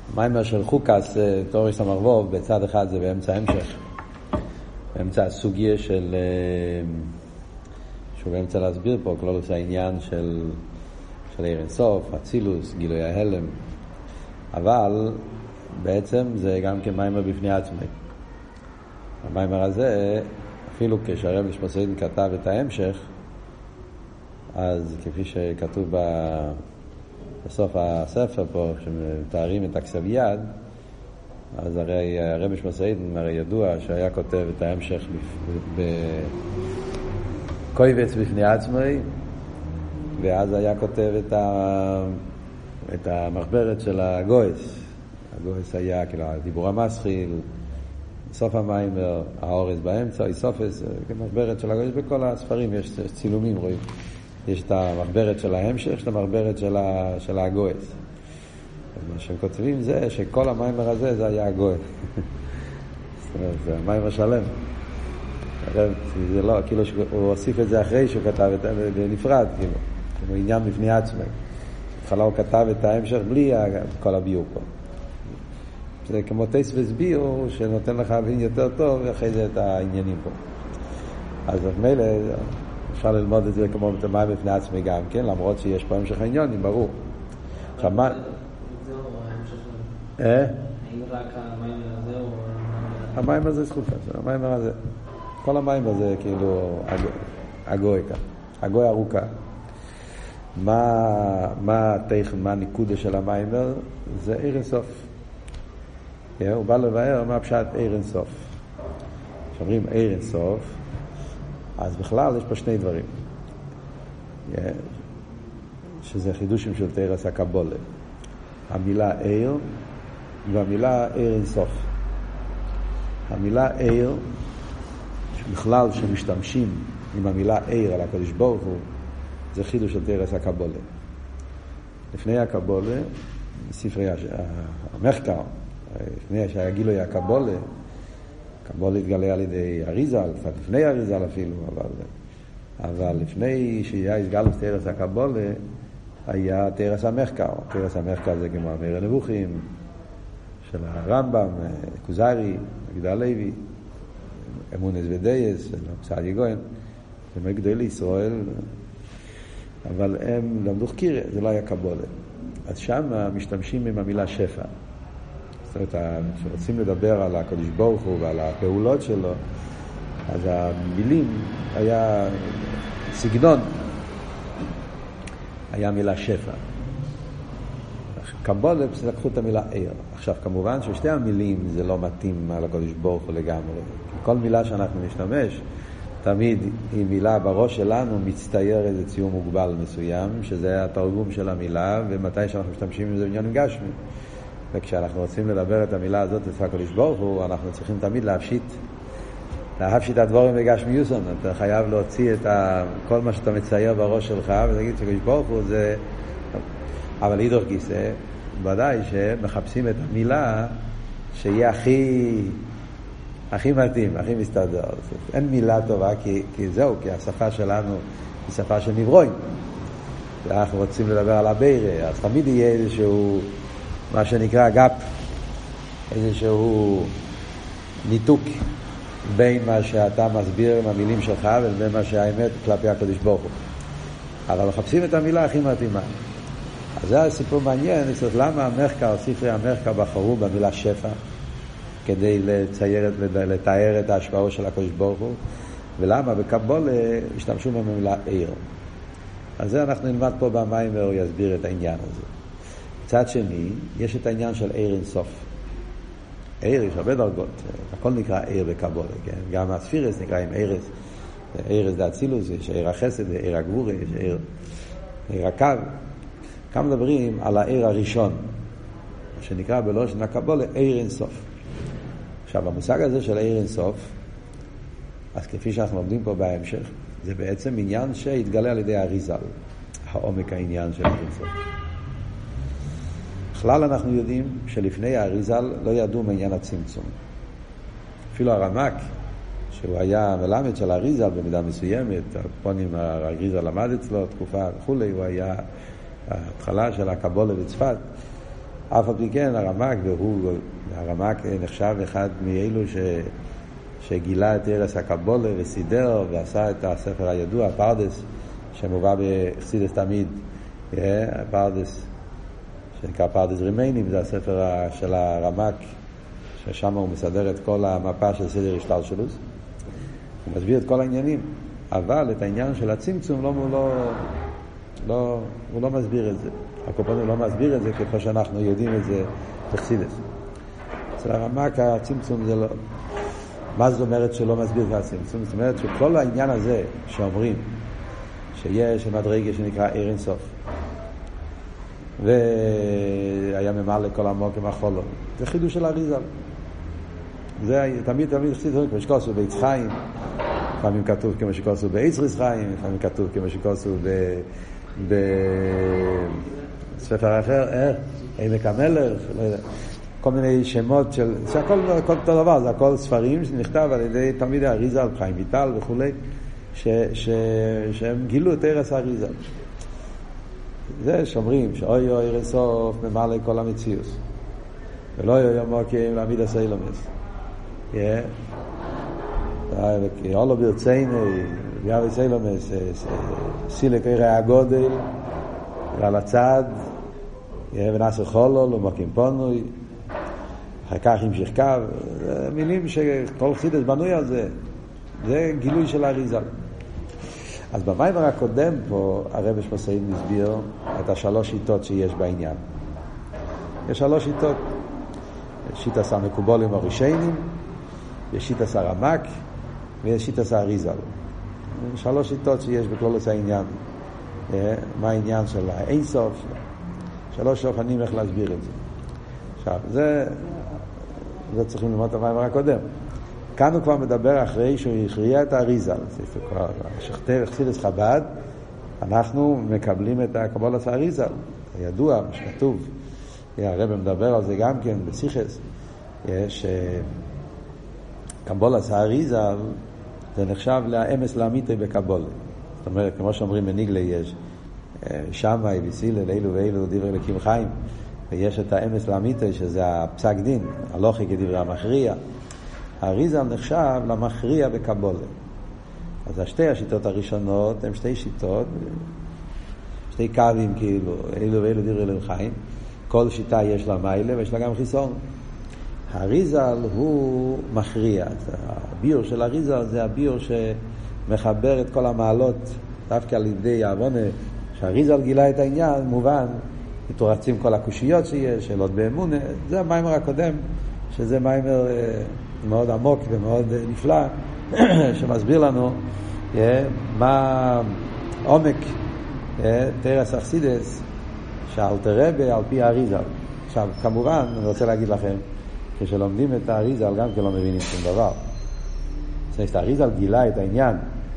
מיימר של חוקס, תורש המרבוב, בצד אחד זה באמצע המשך, באמצע הסוגיה של, שהוא באמצע להסביר פה, כלולוס העניין של עיר אינסוף, אצילוס, גילוי ההלם, אבל בעצם זה גם כמיימר בפני עצמי. המיימר הזה, אפילו כשהרב נשמע כתב את ההמשך, אז כפי שכתוב בסוף הספר פה, שמתארים את הכסב יד, אז הרי הרב נשמע הרי ידוע שהיה כותב את ההמשך בקויבץ בפני עצמי, ואז היה כותב את המחברת של הגויס. הגויס היה כאילו הדיבור המסחיל, סוף המיימר, האורס באמצע, איסופס, כמחברת של הגויס. בכל הספרים יש צילומים, רואים. יש את המחברת של ההמשך, יש את המחברת של הגויס. מה שהם כותבים זה שכל המיימר הזה זה היה הגויס. זאת אומרת, זה המיימר שלם. זה לא, כאילו הוא הוסיף את זה אחרי שהוא כתב את זה בנפרד, כאילו עניין בפני עצמי. בהתחלה הוא כתב את ההמשך בלי כל הביור פה. זה כמו טייס וסביור שנותן לך להבין יותר טוב ואחרי זה את העניינים פה. אז מילא אפשר ללמוד את זה כמו מים בפני עצמי גם כן, למרות שיש פה המשך העניונים, ברור. עכשיו מה... האם רק המיימר הזה או... המיימר הזה סחופה, המיימר הזה. כל המיימר הזה כאילו הגוי כאן, הגוי ארוכה. מה הניקודה של המיימר? זה עיר אינסוף. הוא בא לבאר מה פשט עיר אינסוף. כשאומרים עיר אינסוף, אז בכלל יש פה שני דברים. שזה חידושים של תרס הקבולה. המילה עיר והמילה עיר אינסוף. המילה עיר, בכלל שמשתמשים עם המילה עיר על הקדוש ברוך הוא, זה חידוש של תרס הקבולה. לפני הקבולה, ספרי המחקר, לפני שהיה גילוי הקבולה, הקבולה התגלה על ידי אריזל, קצת לפני אריזל אפילו, אבל לפני שהיה התגלות תרס הקבולה, היה תרס המחקר. תרס המחקר זה כמו אמיר הנבוכים, של הרמב"ם, כוזרי, מגדל לוי, אמונס ודייס, סעדי גויין, הם גדולי ישראל, אבל הם למדו חקירה, זה לא היה קבולה. אז שם משתמשים עם המילה שפע. זאת אומרת, כשרוצים לדבר על הקדוש ברוך הוא ועל הפעולות שלו, אז המילים היה סגנון, היה מילה שפע. קבולה, לקחו את המילה עיר. עכשיו, כמובן ששתי המילים זה לא מתאים על הקדוש ברוך הוא לגמרי. כל מילה שאנחנו משתמש, תמיד היא מילה בראש שלנו מצטייר איזה ציור מוגבל מסוים, שזה התרגום של המילה, ומתי שאנחנו משתמשים עם זה בעניין גשמי. וכשאנחנו רוצים לדבר את המילה הזאת אצל הקדוש ברוך הוא, אנחנו צריכים תמיד להפשיט הדברים בגשמיוסון. אתה חייב להוציא את כל מה שאתה מצייר בראש שלך, ולהגיד שקדוש ברוך הוא זה... אבל אידוך גיסא, ודאי שמחפשים את המילה שיהיה הכי מתאים, הכי מסתדר. אין מילה טובה, כי זהו, כי השפה שלנו היא שפה של נברואים. ואנחנו רוצים לדבר על הבירה, אז תמיד יהיה איזשהו, מה שנקרא גאפ, איזשהו ניתוק בין מה שאתה מסביר עם המילים שלך ובין מה שהאמת כלפי הקדוש ברוך הוא. אבל מחפשים את המילה הכי מתאימה. אז זה הסיפור מעניין, למה המחקר, ספרי המחקר בחרו במילה שפע, כדי לתאר את ההשפעה של הקדוש ברוך הוא, ולמה בקבולה השתמשו במילה עיר. אז זה אנחנו נלמד פה במיימר, הוא יסביר את העניין הזה. מצד שני, יש את העניין של עיר אינסוף. עיר יש הרבה דרגות, הכל נקרא עיר בקבולה, כן? גם הספירס נקרא עם עירס, עירס זה אצילוס, יש עיר החסד, עיר הגבורה, יש עיר הקו. כאן מדברים על העיר הראשון, שנקרא בלושן הקבולה עיר אינסוף. עכשיו, המושג הזה של עיר אינסוף, אז כפי שאנחנו לומדים פה בהמשך, זה בעצם עניין שהתגלה על ידי האריזל, העומק העניין של עיר אינסוף. בכלל אנחנו יודעים שלפני האריזל לא ידעו מעניין הצמצום. אפילו הרמק, שהוא היה מלמד של האריזל במידה מסוימת, הפונים האריזל למד אצלו תקופה וכו', הוא היה ההתחלה של הקבולה בצפת, אף על פי כן הרמ"ק, הרמ"ק נחשב אחד מאלו שגילה את ערש הקבולה וסידר ועשה את הספר הידוע, הפרדס, שמובא בחסידות תמיד, הפרדס, שנקרא פרדס רימיינים, זה הספר של הרמ"ק, ששם הוא מסדר את כל המפה של סדר השתלשלות. הוא מסביר את כל העניינים, אבל את העניין של הצמצום הוא לא מסביר את זה. הקופונים לא מסביר את זה כפי שאנחנו יודעים את זה בחסידות. אצל הרמ"ק הצמצום זה לא... מה זאת אומרת שלא מסביר את הצמצום? זאת אומרת שכל העניין הזה שאומרים שיש מדרגה שנקרא עיר אין סוף והיה ממלא כל עמוק עם החולו, זה חידוש של אריזל. זה תמיד חסידות כמו שכתוב בעץ חיים, לפעמים כתוב כמו שכתוב בעץ ריס חיים, לפעמים כתוב כמו שכתוב בספר אחר, עמק המלך, לא יודע, כל מיני שמות של, שהכל אותו דבר, זה הכל ספרים שנכתב על ידי תלמידי אריזל, חיים ויטל וכולי, שהם גילו את ערש האריזל. זה שאומרים שאוי אוי ערש סוף ממלא כל המציאות, ולא יהיה מוקים להעמיד הסיילומס. אולו ברציין יאבי סיילומס סילק עירי הגודל על הצד ונעשה חולו ומוקים פונוי אחר כך עם שחקב, מילים שכל חסידות בנוי על זה, זה גילוי של האריזל. אז במיימר הקודם פה הרב שמסעיד מסביר את השלוש שיטות שיש בעניין. יש שלוש שיטות, שיטת המקובולים הראשונים, יש שיטת הרמ"ק ויש שיטת האריזל. שלוש שיטות שיש בכלולת העניין. מה העניין של האין סוף, שלוש אופנים איך להסביר את זה. עכשיו, זה צריכים ללמוד את המיימר הקודם. כאן הוא כבר מדבר אחרי שהוא הכריע את האריזל. זה כבר שכתב חסידות חב"ד, אנחנו מקבלים את הקבולת האריזל. הידוע, מה שכתוב. הרב מדבר על זה גם כן בשיחס. יש קבולת האריזל, זה נחשב לאמס לאמיתי בקבולה. זאת אומרת, כמו שאומרים בניגלה יש שמאי וסילל, אילו ואילו דברי אלוקים חיים, ויש את האמס לאמיתי שזה הפסק דין, הלוכי כדברי המכריע. האריזל נחשב למכריע בקבולה. אז שתי השיטות הראשונות הן שתי שיטות, שתי קווים כאילו, אילו ואילו דברי אלוקים חיים. כל שיטה יש לה מיילה ויש לה גם חיסון. האריזל הוא מכריע. הביור של האריזל זה הביור שמחבר את כל המעלות, דווקא על ידי העוונה, שהאריזל גילה את העניין, מובן, מתורצים כל הקושיות שיש, שאלות באמונה. זה המיימר הקודם, שזה מיימר מאוד עמוק ומאוד נפלא, שמסביר לנו מה עומק תרס אכסידס, שאלתר רבי על פי האריזל. עכשיו, כמובן, אני רוצה להגיד לכם, כשלומדים את האריזל גם כי לא מבינים שום דבר. זאת האריזל גילה את העניין.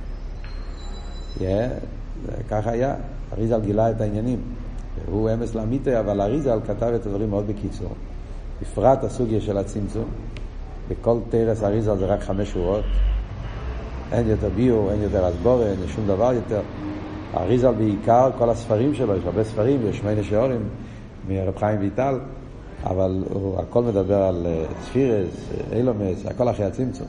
כך היה, האריזל גילה את העניינים. הוא אמס לאמיתי, אבל האריזל כתב את הדברים מאוד בקיצור. בפרט הסוגיה של הצמצום. בכל תרס האריזל זה רק 5 שורות. אין יותר ביור, אין יותר הסבורה, אין שום דבר יותר. האריזל בעיקר, כל הספרים שלו, יש הרבה ספרים, יש 8 שיעורים מרב חיים ויטל, אבל הכל מדבר על ספירס, אילומס, הכל אחרי הצמצום.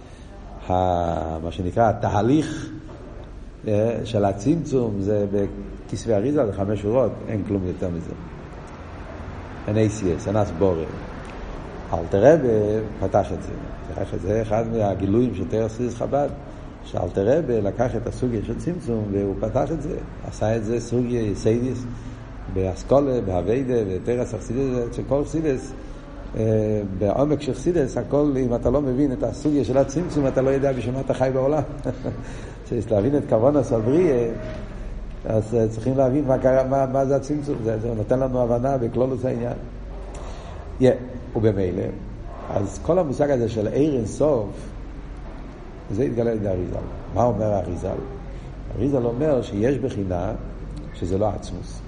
מה שנקרא התהליך של הצמצום זה בכסבי אריזל, זה 5 שורות, אין כלום יותר מזה. אין ACS, אין הסבורה. אלתר רבי פתח את זה. זה אחד מהגילויים של תרס חסידות חב"ד, שאלתר רבי לקח את הסוגיה של צמצום והוא פתח את זה. עשה את זה סוגיה סיידיס באסכולה, בהווידה, ותרס חסידות של כל חסידות. בעומק של חסידות, הכל, אם אתה לא מבין את הסוגיה של הצמצום, אתה לא יודע בשביל מה אתה חי בעולם. צריך להבין את כוונס הבריא, אז צריכים להבין מה זה הצמצום. זה נותן לנו הבנה בכלולוס העניין. ובמילא, אז כל המושג הזה של עיר אין סוף, זה התגלה לידי אריזל. מה אומר האריזל? אריזל אומר שיש בחינה שזה לא עצמוס.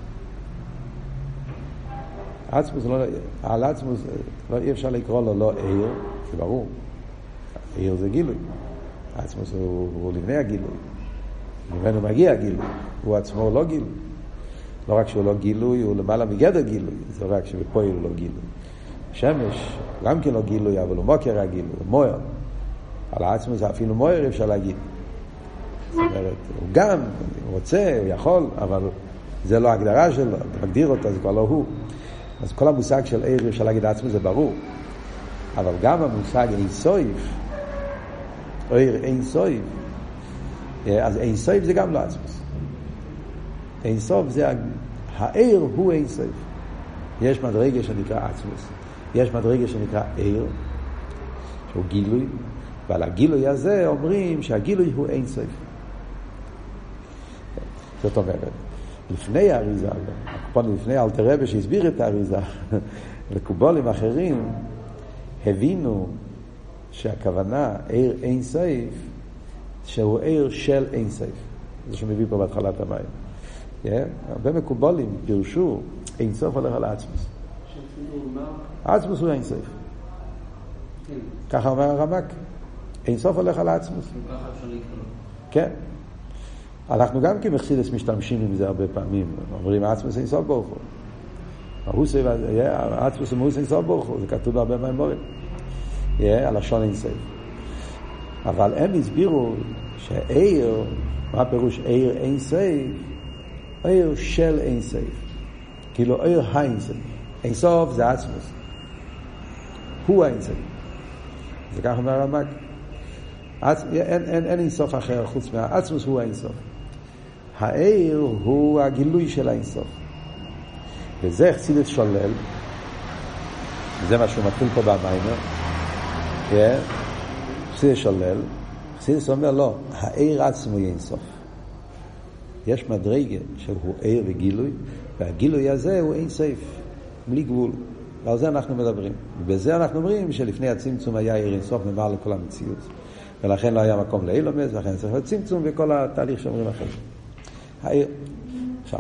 עצמוס לא, על עצמוס לא, אי אפשר לקרוא לו לא עיר, זה ברור. עיר זה גילוי. עצמוס הוא לפני הגילוי. ממנו מגיע הגילוי. הוא עצמו לא גילוי. לא רק שהוא לא גילוי, הוא למעלה מגדר גילוי, זה רק שבפועל הוא לא גילוי. שמש, גם כן לא גילוי, אבל הוא מוקר הגילוי, הוא מויר. על העצמוס אפילו מויר אפשר להגיד. זאת אומרת, הוא גם, הוא רוצה, הוא יכול, אבל זה לא הגדרה שלו, אתה מגדיר אותו, זה כבר לא הוא. אז כל המושג של עיר אפשר להגיד עצמוס זה ברור. אבל גם המושג אין סויף, עיר אין סויף, אז אין סויף זה גם לא עצמוס. אין סוף זה, העיר הוא אין סוף. יש מדרגה שנקרא עצמוס, יש מדרגה שנקרא עיר, שהוא גילוי, ועל הגילוי הזה אומרים שהגילוי הוא אין סוף. זאת אומרת, לפני האריזה, לפני אלתר רבי שהסביר את האריזה, לקובולים אחרים הבינו שהכוונה עיר אין סוף, שהוא עיר של אין סוף. זה שמביא פה בהתחלת המים. הרבה מקובלים פירשו אין סוף הולך על העצמוס. העצמוס הוא אין סוף. ככה אומר הרמק. אין סוף הולך על העצמוס. כן. אנחנו גם כמחסידס משתמשים עם זה הרבה פעמים. אומרים העצמוס אין סוף ברוך הוא. העצמוס הוא אין סוף ברוך הוא. זה כתוב בהרבה מהמורים. הלשון אין סוף. אבל הם הסבירו שעיר, מה הפירוש עיר אין סוף? עיר של אין סוף. כאילו עיר האין סוף. אין סוף זה עצמוס. הוא האין סוף. זה כך אומר הרמק. אין אין סוף אחר חוץ מהעצמוס הוא האין סוף. העיר הוא הגילוי של האין סוף. וזה חסידות שולל. זה מה שהוא מתחיל פה במיימר. חסידות שולל. חסידות אומר לא, העיר עצמו היא אין סוף. יש מדרגה שהוא עיר וגילוי, והגילוי הזה הוא אין סוף, בלי גבול. ועל זה אנחנו מדברים. ובזה אנחנו אומרים שלפני הצמצום היה עיר אין סוף ממעל לכל המציאות. ולכן לא היה מקום לאילומס, ולכן צריך להיות צמצום וכל התהליך שאומרים לכם. העיר. עכשיו,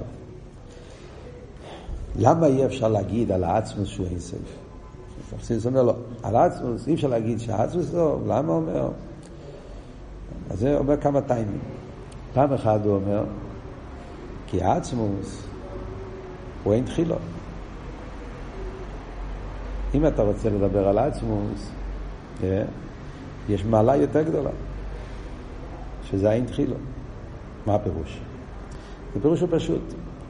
למה אי אפשר להגיד על העצמוס שהוא אין סוף? חסידות אומר לו, על העצמוס אי אפשר להגיד שהעצמוס לא, למה אומר? אז זה אומר כמה טיימים. פעם אחד הוא אומר, כי העצמוס הוא אין תחילו. אם אתה רוצה לדבר על העצמוס, יש מעלה יותר גדולה, שזה אין תחילו. מה הפירוש? הפירוש הוא פשוט.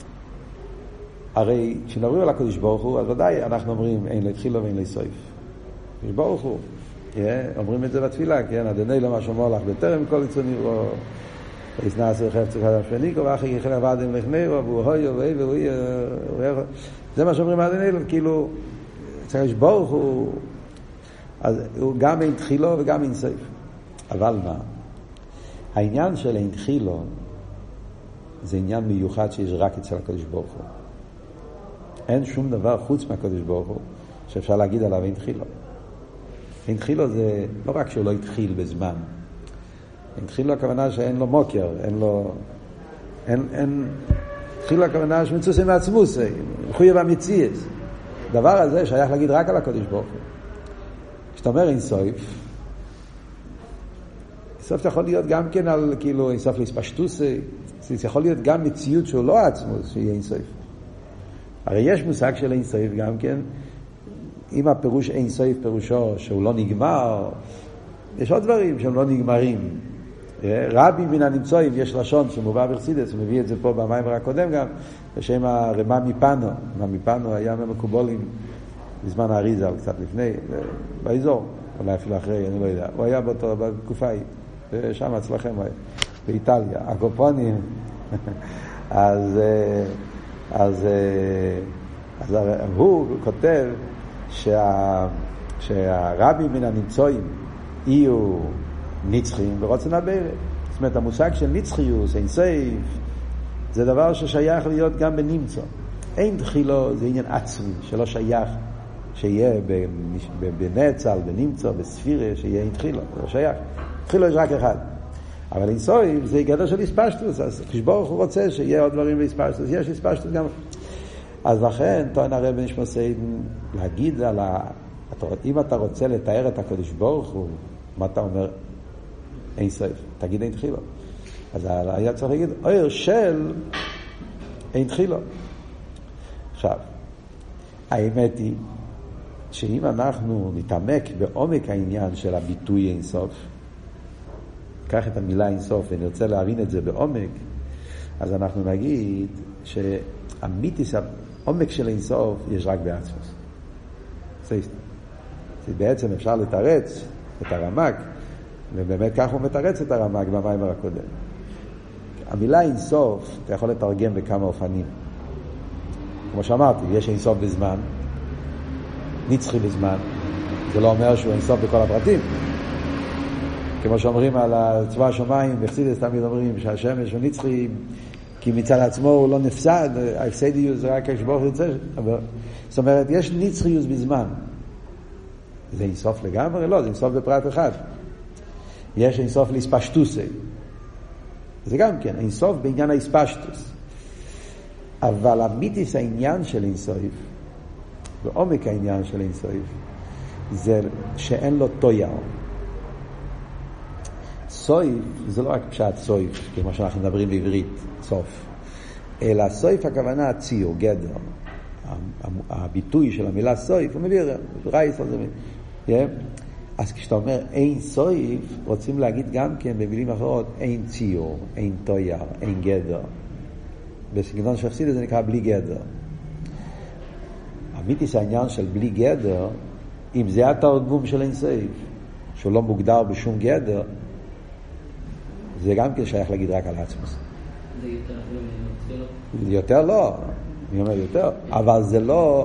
הרי כשנדברים על הקדוש ברוך הוא, אז ודאי אנחנו אומרים אין לי תחילו ואין לי סוף. הקדוש ברוך הוא, אומרים את זה בתפילה, כן? אדוני לא מה שאומר לך בטרם כל יצוני או ויסנעס חפץ אחד פניקו ואחי יחל עבדם לחנרו והוא הויו והוא זה מה שאומרים אדוני, כאילו הקדוש ברוך הוא, אז הוא גם אין תחילו וגם אין סוף. אבל מה? העניין של אין תחילו זה עניין מיוחד שיש רק אצל הקדוש ברוך הוא. אין שום דבר חוץ מהקדוש ברוך הוא שאפשר להגיד עליו אין תחילו. אין תחילו זה לא רק שהוא לא התחיל בזמן. אין תחילו הכוונה שאין לו מוקר, אין לו... אין... תחילו הכוונה שמצוסים מעצמוס, חויב המציאס. דבר הזה שייך להגיד רק על הקדוש ברוך הוא. כשאתה אומר אין סוף, סוף יכול להיות גם כן על כאילו אין סוף להספשטוס, יכול להיות גם מציאות שהוא לא עצמוס, שיהיה אין סוף. הרי יש מושג של אין סוף גם כן, אם הפירוש אין סוף פירושו שהוא לא נגמר, יש עוד דברים שהם לא נגמרים. רבי מן הנמצואים, יש לשון שמובא בחסידות, הוא מביא את זה פה במיימר הקודם גם, בשם הרמ"א מפנו. מפנו היה ממקובולים בזמן האריזה, קצת לפני, באזור, אולי אפילו אחרי, אני לא יודע. הוא היה באותו, בתקופה ההיא, ושם אצלכם היה, באיטליה. הקופונים, אז הוא כותב שהרבי מן הנמצואים יהיו נצחים ורוצן הברת. זאת אומרת, המושג של נצחיוס, אין סייף, זה דבר ששייך להיות גם בנמצא. אין תחילו, זה עניין עצמי, שלא שייך שיהיה בנצל, בנמצא, בספירה, שיהיה אין תחילו. זה לא שייך. תחילו יש רק אחד. אבל אין סייף, זה גדר של הספשטוס, אז כשברוך הוא רוצה שיהיה עוד דברים בהספשטוס, יש הספשטוס גם. אז לכן, טוען הרב נשמע סיידן, להגיד על אם אתה רוצה לתאר את הקדוש ברוך הוא, מה אתה אומר? אין סוף. תגיד אין תחילו. אז היה צריך להגיד, אויר של אין תחילו. עכשיו, האמת היא שאם אנחנו נתעמק בעומק העניין של הביטוי אינסוף, קח את המילה אינסוף ונרצה להבין את זה בעומק, אז אנחנו נגיד שהמיתיס, העומק של אינסוף יש רק בעצמוס. בעצם אפשר לתרץ את הרמ"ק, ובאמת כך הוא מתרץ את הרמ"ק במיימר הקודם. המילה אינסוף אתה יכול לתרגם בכמה אופנים. כמו שאמרתי, יש אינסוף בזמן, נצחי בזמן, זה לא אומר שהוא אינסוף בכל הפרטים. כמו שאומרים על צבא השמיים, בחסידות תמיד אומרים שהשמש הוא נצחי, כי מצד עצמו הוא לא נפסד, ההפסדיות זה רק כשברוך יוצא. זאת אומרת, יש נצחיות בזמן. זה אינסוף לגמרי? לא, זה אינסוף בפרט אחד. יש אינסוף להספשטוסי. זה גם כן, אינסוף בעניין ההספשטוס. אבל אמיתיס העניין של אינסוף, ועומק העניין של אינסוף, זה שאין לו טויר. סויף זה לא רק פשט סויף, כמו שאנחנו מדברים בעברית, סוף. אלא סויף הכוונה ציור, גדר. הביטוי של המילה סויף, הוא מביא רייס על זה. אז כשאתה אומר אין סויף, רוצים להגיד גם כן במילים אחרות, אין ציור, אין טויר, אין גדר. בסגנון שחסידות זה נקרא בלי גדר. אמיתיס העניין של בלי גדר, אם זה התרגום של אין סויף, שהוא לא מוגדר בשום גדר, זה גם כן שייך להגיד רק על עצמוס. זה יותר אפילו מנוצר? יותר לא, אני אומר יותר, אבל זה לא,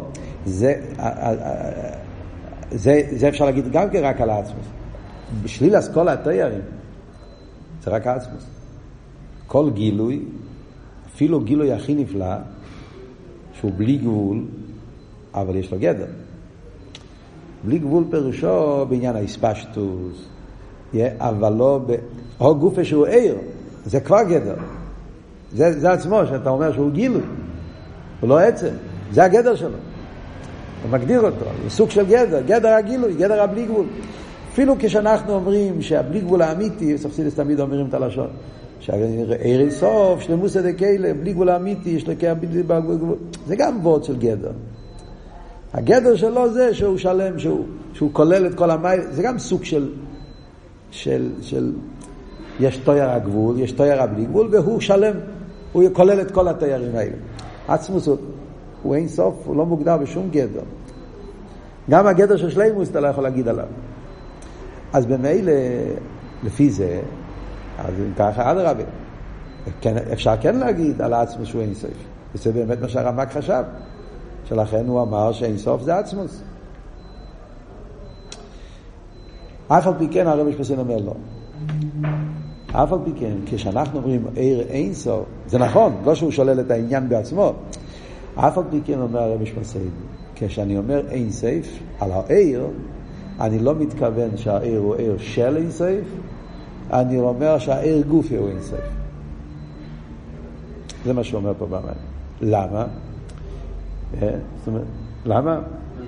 זה אפשר להגיד גם כן רק על העצמוס. בשליל אסכולה התיירים, זה רק העצמוס. כל גילוי, אפילו גילוי הכי נפלא, שהוא בלי גבול, אבל יש לו גדר. בלי גבול פירושו בעניין ההספשטוס, אבל לא או גופה שהוא עיר, זה כבר גדר. זה עצמו שאתה אומר שהוא גילוי, הוא לא עצם, זה הגדר שלו. הוא מגדיר אותו, הוא סוג של גדר, גדר הגילוי, גדר הבלי גבול. אפילו כשאנחנו אומרים שהבלי גבול האמיתי, ספסידס תמיד אומרים את הלשון, שהעיר אינסוף, שלמוס דקיילה, בלי גבול האמיתי, יש לקיה בלי גבול, זה גם וורד של גדר. הגדר שלו זה שהוא שלם, שהוא כולל את כל המייל, זה גם סוג של יש תויר הגבול, יש תויר הבלי גבול, והוא שלם, הוא כולל את כל התיירים האלה. עצמוס הוא אין סוף, הוא לא מוגדר בשום גדר. גם הגדר של שלימוס אתה לא יכול להגיד עליו. אז במילא, לפי זה, אז אם ככה עד רבי, אפשר כן להגיד על העצמוס שהוא אין סוף. וזה באמת מה שהרמ"ק חשב, שלכן הוא אמר שאין סוף זה עצמוס. אף על פי כן הרבי שפסין אומר לא. אף על פי כן, כשאנחנו אומרים אין סוף, זה נכון, לא שהוא שולל את העניין בעצמו. אף על פי כן אומר הרבי שפסין, כשאני אומר אין סוף, על העיר, אני לא מתכוון שהעיר הוא עיר של אין סוף, אני אומר שהעיר גופי הוא אין סוף. זה מה שהוא אומר פה במים. למה? למה?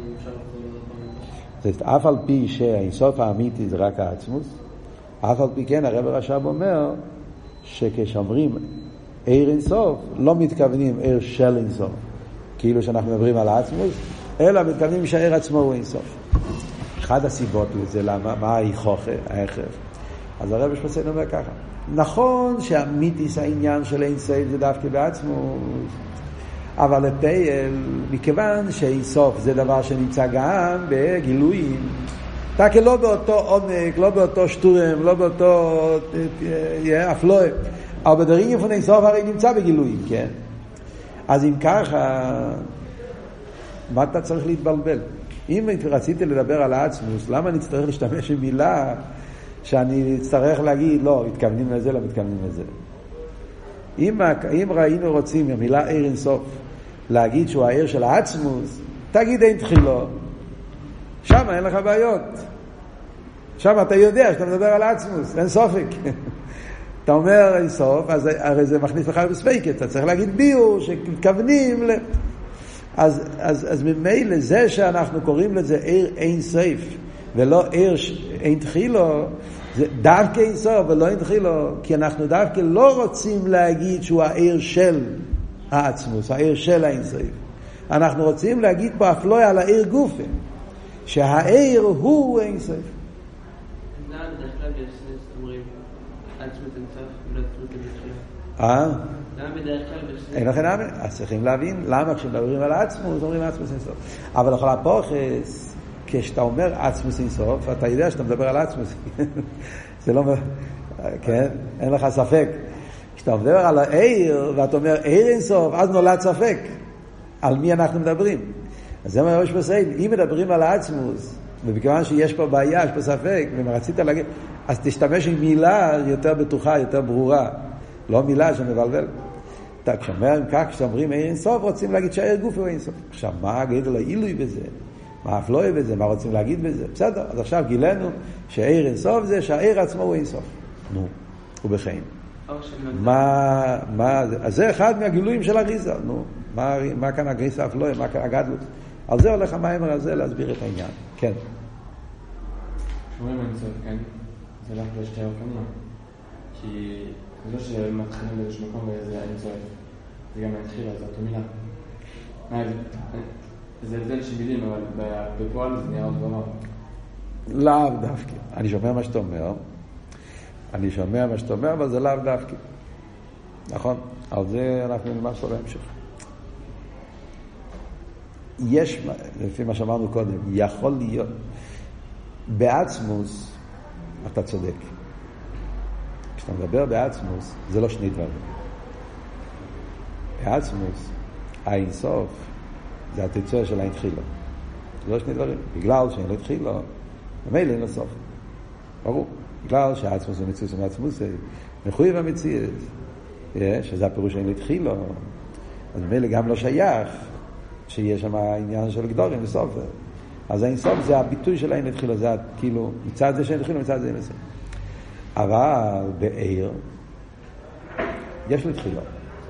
אף על פי שהאינסוף האמיתי זה רק העצמוס, אף על פי כן הרב רש"ב אומר שכשאומרים עיר אינסוף לא מתכוונים עיר של אינסוף כאילו שאנחנו מדברים על העצמוס, אלא מתכוונים שהעיר עצמו הוא אינסוף. אחד הסיבות לזה, למה? מה ההיכוך, ההכרח? אז הרב שפסין אומר ככה, נכון שהמיתיס העניין של אינסוף זה דווקא בעצמוס, אבל לפייל, מכיוון שאינסוף זה דבר שנמצא גם בגילויים, תקל לא באותו עומק, לא באותו שטורם, לא באותו אפלואה, אבל בדברים יפון אינסוף הרי נמצא בגילויים, כן? אז אם ככה, מה אתה צריך להתבלבל? אם רציתי לדבר על העצמוס, למה אני צריך להשתמש במילה שאני אצטרך להגיד, לא, מתכוונים לזה, לא מתכוונים לזה. אם ראינו רוצים המילה עיר אינסוף להגיד שהוא העיר של העצמוס, תגיד אין תחילו, שם אין לך בעיות, שם אתה יודע שאתה מדבר על העצמוס, אין סופק. אתה אומר אינסוף, אז הרי זה מכניס לך בספקת, אתה צריך להגיד ביור שמתכוונים אז ממילא זה שאנחנו קוראים לזה עיר אין סוף ולא עיר אין תחילו, זה דווקא אין סוף ולא אין תחילו, כי אנחנו דווקא לא רוצים להגיד שהוא העיר של העצמוס, העיר של האין סוף. אנחנו רוצים להגיד פה אפלוי על העיר גופה, שהעיר הוא אין סוף. למה בדרך כלל אומרים עצמות אינסוף ולא עצמות אינסוף? למה בדרך כלל אין לכם נאמן? אז צריכים להבין למה כשמדברים על עצמות אומרים עצמות אינסוף. אבל לכל הפוכס, כשאתה אומר עצמות אינסוף, אתה יודע שאתה מדבר על עצמות. זה לא... כן? אין לך ספק. כשאתה מדבר על העיר ואתה אומר עיר אינסוף, אז נולד ספק על מי אנחנו מדברים. אז זה מה ראש בסעיד, אם מדברים על העצמוס, ובכיוון שיש פה בעיה, יש פה ספק, ואם רצית להגיד, אז תשתמש עם מילה יותר בטוחה, יותר ברורה, לא מילה שמבלבל. כשאומרים כך, כשאומרים עיר אינסוף, רוצים להגיד שהעיר גוף הוא אינסוף. עכשיו, מה הגדול העילוי בזה? מה אפלוי בזה? מה רוצים להגיד בזה? בסדר, אז עכשיו גילנו שעיר אינסוף זה שהעיר עצמו הוא אינסוף. נו, הוא בחיים. אז זה אחד מהגילויים של הריזה. נו, מה כאן הגריסה אפלוי? מה כאן הגדלות? על זה הולך המאמר הזה להסביר את העניין. כן. שומעים אינסוף, כן? זה הולך לשתי אופנים. כי זה לא שמתחילים באיזשהו מקום וזה אינסוף. זה גם מתחיל, אז אותו מילה. זה הבדל של מילים, אבל בפועל זה נראה עוד דבר. לאו דווקא. אני שומע מה שאתה אומר. אבל זה לאו דווקא. נכון? על זה אנחנו נלמד שלו בהמשך. יש, לפי מה שאמרנו קודם, יכול להיות בעצמוס, אתה צודק. כשאתה מדבר בעצמוס, זה לא שני דברים. בעצמוס, האינסוף, זה התיצוע של האין תחילו. זה לא שני דברים. בגלל שאין לו תחילו, ממילא אין לו סוף. ברור. בגלל שהעצמוס זה מציאות ומעצמוס, מחויב המציאות, שזה הפירוש שאין לו תחילו, אז ממילא גם לא שייך, שיש שם העניין של גדורים וסוף. אז האינסוף זה הביטוי של האין לתחילו, זה כאילו, מצד זה שאין לתחילו, מצד זה אין לזה. אבל בעיר, יש לתחילו.